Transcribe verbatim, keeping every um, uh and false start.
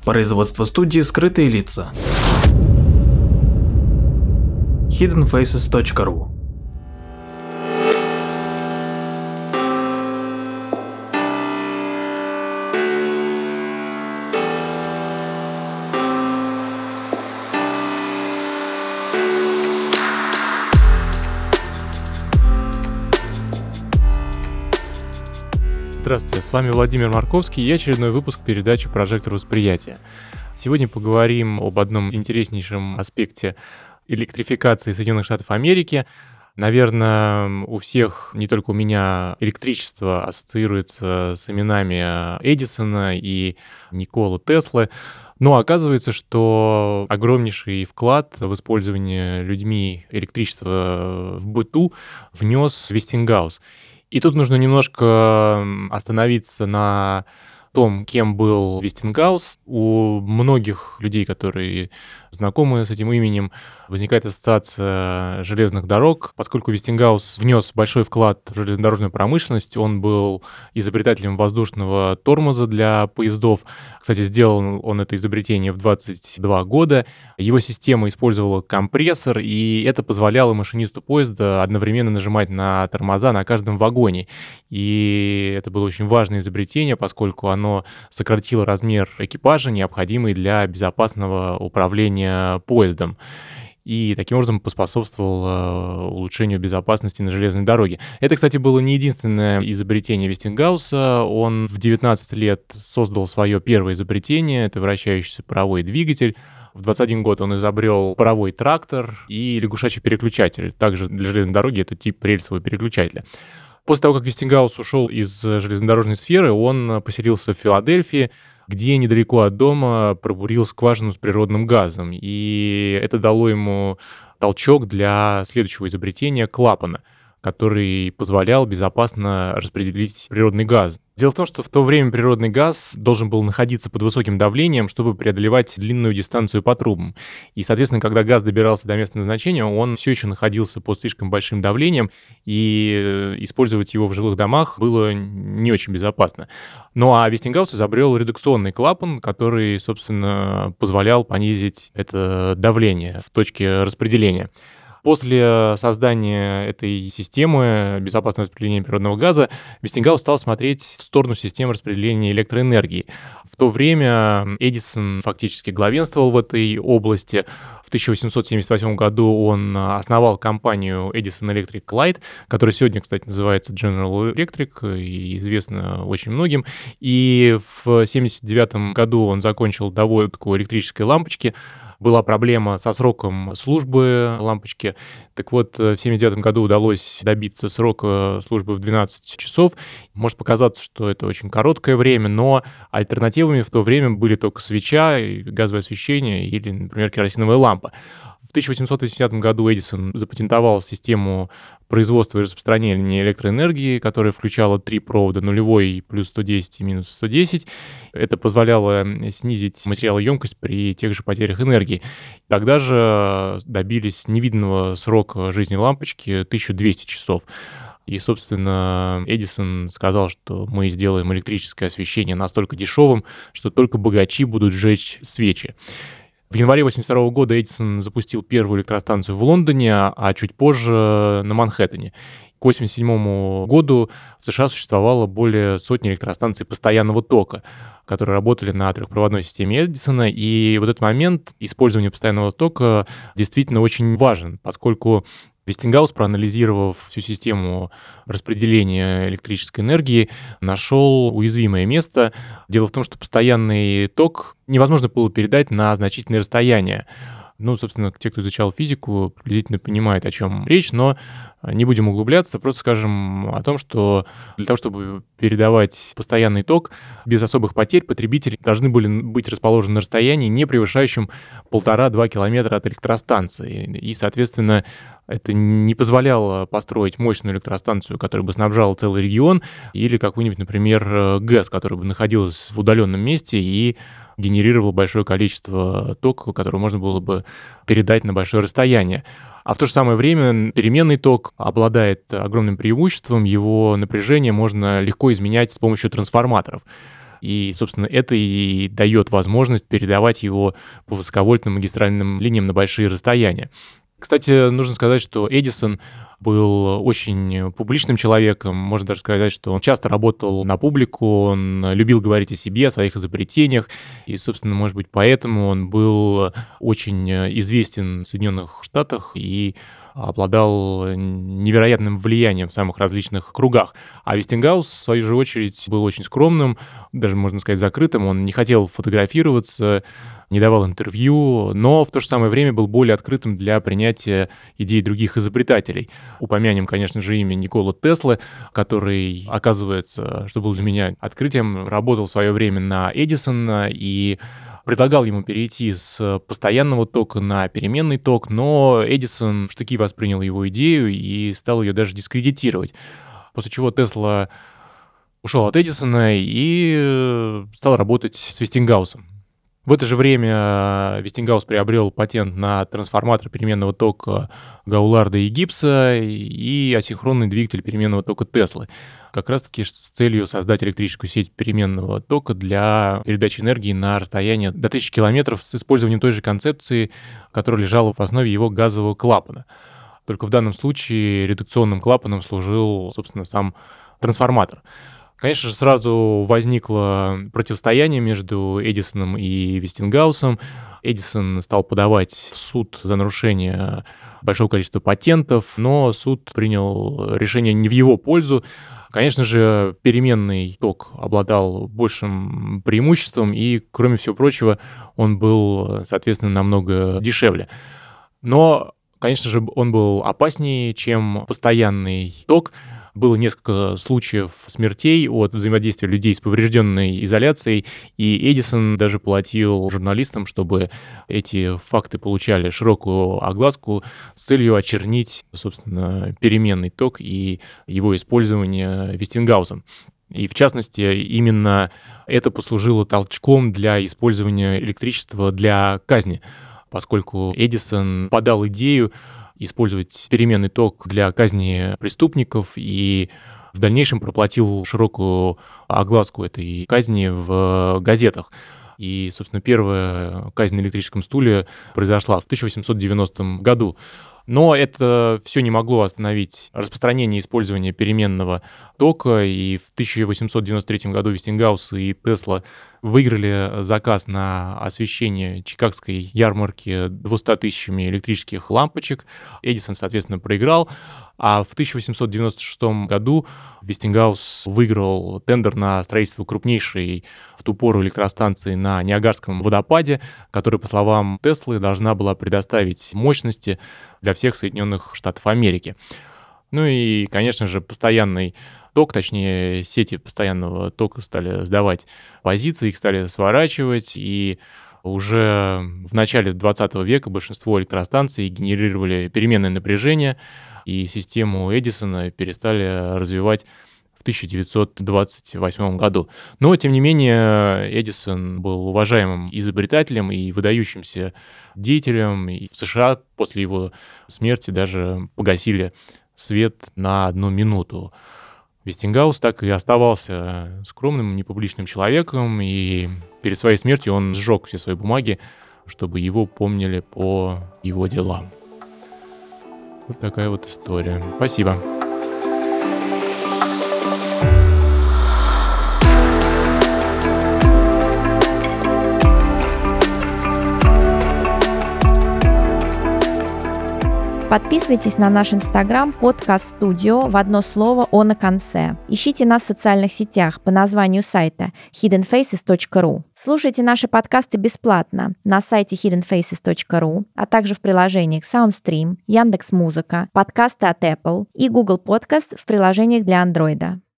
Производство студии «Скрытые лица». хиден фейсес точка ру. Здравствуйте, с вами Владимир Марковский и очередной выпуск передачи «Прожектор восприятия». Сегодня поговорим об одном интереснейшем аспекте электрификации Соединенных Штатов Америки. Наверное, у всех, не только у меня, электричество ассоциируется с именами Эдисона и Николы Теслы. Но оказывается, что огромнейший вклад в использование людьми электричества в быту внес Вестингаус. И тут нужно немножко остановиться на том, кем был Вестингаус. У многих людей, которые знакомы с этим именем, возникает ассоциация железных дорог. Поскольку Вестингаус внес большой вклад в железнодорожную промышленность, он был изобретателем воздушного тормоза для поездов. Кстати, сделал он это изобретение в двадцать два года. Его система использовала компрессор, и это позволяло машинисту поезда одновременно нажимать на тормоза на каждом вагоне. И это было очень важное изобретение, поскольку оно сократило размер экипажа, необходимый для безопасного управления поездом. И таким образом поспособствовал улучшению безопасности на железной дороге. Это, кстати, было не единственное изобретение Вестингауса. Он в девятнадцать лет создал свое первое изобретение, это вращающийся паровой двигатель. В двадцать один год он изобрел паровой трактор и лягушачий переключатель. Также для железной дороги это тип рельсового переключателя. После того, как Вестингаус ушел из железнодорожной сферы, он поселился в Филадельфии, где недалеко от дома пробурил скважину с природным газом. И это дало ему толчок для следующего изобретения — клапана, который позволял безопасно распределить природный газ. Дело в том, что в то время природный газ должен был находиться под высоким давлением, чтобы преодолевать длинную дистанцию по трубам. И, соответственно, когда газ добирался до места назначения, он все еще находился под слишком большим давлением, и использовать его в жилых домах было не очень безопасно. Ну а Вестингаус изобрел редукционный клапан, который, собственно, позволял понизить это давление в точке распределения. После создания этой системы безопасного распределения природного газа Вестингаус стал смотреть в сторону системы распределения электроэнергии. В то время Эдисон фактически главенствовал в этой области. В тысяча восемьсот семьдесят восьмом году он основал компанию Edison Electric Light, которая сегодня, кстати, называется General Electric и известна очень многим. И в семьдесят девятом году он закончил доводку электрической лампочки. Была проблема со сроком службы лампочки. Так вот, в семьдесят девятом году удалось добиться срока службы в двенадцать часов. Может показаться, что это очень короткое время, но альтернативами в то время были только свеча, газовое освещение или, например, керосиновая лампа. В тысяча восемьсот восьмидесятом году Эдисон запатентовал систему производства и распространения электроэнергии, которая включала три провода: нулевой, плюс сто десять и минус сто десять. Это позволяло снизить материалоемкость при тех же потерях энергии. Тогда же добились невиданного срока жизни лампочки — тысяча двести часов. И, собственно, Эдисон сказал, что мы сделаем электрическое освещение настолько дешевым, что только богачи будут жечь свечи. В январе восемьдесят второго года Эдисон запустил первую электростанцию в Лондоне, а чуть позже на Манхэттене. К восемьдесят седьмому году в США существовало более сотни электростанций постоянного тока, которые работали на трехпроводной системе Эдисона. И вот этот момент использования постоянного тока действительно очень важен, поскольку Вестингаус, проанализировав всю систему распределения электрической энергии, нашел уязвимое место. Дело в том, что постоянный ток невозможно было передать на значительные расстояния. Ну, собственно, те, кто изучал физику, приблизительно понимают, о чем речь, но не будем углубляться, просто скажем о том, что для того, чтобы передавать постоянный ток без особых потерь, потребители должны были быть расположены на расстоянии, не превышающем полтора-два километра от электростанции. И, соответственно, это не позволяло построить мощную электростанцию, которая бы снабжала целый регион, или какую-нибудь, например, ГЭС, которая бы находилась в удаленном месте и генерировал большое количество тока, которое можно было бы передать на большое расстояние. А в то же самое время переменный ток обладает огромным преимуществом, его напряжение можно легко изменять с помощью трансформаторов. И, собственно, это и дает возможность передавать его по высоковольтным магистральным линиям на большие расстояния. Кстати, нужно сказать, что Эдисон был очень публичным человеком. Можно даже сказать, что он часто работал на публику, он любил говорить о себе, о своих изобретениях. И, собственно, может быть, поэтому он был очень известен в Соединенных Штатах и обладал невероятным влиянием в самых различных кругах. А Вестингаус, в свою же очередь, был очень скромным, даже, можно сказать, закрытым. Он не хотел фотографироваться, не давал интервью, но в то же самое время был более открытым для принятия идей других изобретателей. Упомянем, конечно же, имя Николы Теслы, который, оказывается, что было для меня открытием, работал в свое время на Эдисона и предлагал ему перейти с постоянного тока на переменный ток, но Эдисон в штыки воспринял его идею и стал ее даже дискредитировать. После чего Тесла ушел от Эдисона и стал работать с Вестингаусом. В это же время Вестингаус приобрел патент на трансформатор переменного тока Гауларда и Гибса и асинхронный двигатель переменного тока Теслы, как раз-таки с целью создать электрическую сеть переменного тока для передачи энергии на расстояние до тысячи километров с использованием той же концепции, которая лежала в основе его газового клапана. Только в данном случае редукционным клапаном служил, собственно, сам трансформатор. Конечно же, сразу возникло противостояние между Эдисоном и Вестингаусом. Эдисон стал подавать в суд за нарушение большого количества патентов, но суд принял решение не в его пользу. Конечно же, переменный ток обладал большим преимуществом, и, кроме всего прочего, он был, соответственно, намного дешевле. Но, конечно же, он был опаснее, чем постоянный ток. Было несколько случаев смертей от взаимодействия людей с поврежденной изоляцией, и Эдисон даже платил журналистам, чтобы эти факты получали широкую огласку с целью очернить, собственно, переменный ток и его использование Вестингаусом. И, в частности, именно это послужило толчком для использования электричества для казни, поскольку Эдисон подал идею использовать переменный ток для казни преступников и в дальнейшем проплатил широкую огласку этой казни в газетах. И, собственно, первая казнь на электрическом стуле произошла в тысяча восемьсот девяностом году. Но это все не могло остановить распространение использования переменного тока, и в тысяча восемьсот девяносто третьем году Вестингаус и Тесла выиграли заказ на освещение Чикагской ярмарки двумястами тысячами электрических лампочек. Эдисон, соответственно, проиграл, а в тысяча восемьсот девяносто шестом году Вестингаус выиграл тендер на строительство крупнейшей в ту пору электростанции на Ниагарском водопаде, которая, по словам Теслы, должна была предоставить мощности для всех Соединенных Штатов Америки. Ну и, конечно же, постоянный ток, точнее, сети постоянного тока стали сдавать позиции, их стали сворачивать, и уже в начале двадцатого века большинство электростанций генерировали переменное напряжение, и систему Эдисона перестали развивать в тысяча девятьсот двадцать восьмом году. Но, тем не менее, Эдисон был уважаемым изобретателем и выдающимся деятелем. И в США после его смерти даже погасили свет на одну минуту. Вестингаус так и оставался скромным, непубличным человеком, и перед своей смертью он сжег все свои бумаги, чтобы его помнили по его делам. Вот такая вот история. Спасибо. Подписывайтесь на наш инстаграм подкаст студио в одно слово «О» на конце. Ищите нас в социальных сетях по названию сайта хиден фейсес точка ру. Слушайте наши подкасты бесплатно на сайте хиден фейсес точка ру, а также в приложениях Soundstream, Яндекс.Музыка, подкасты от Apple и Google Podcast в приложениях для Android.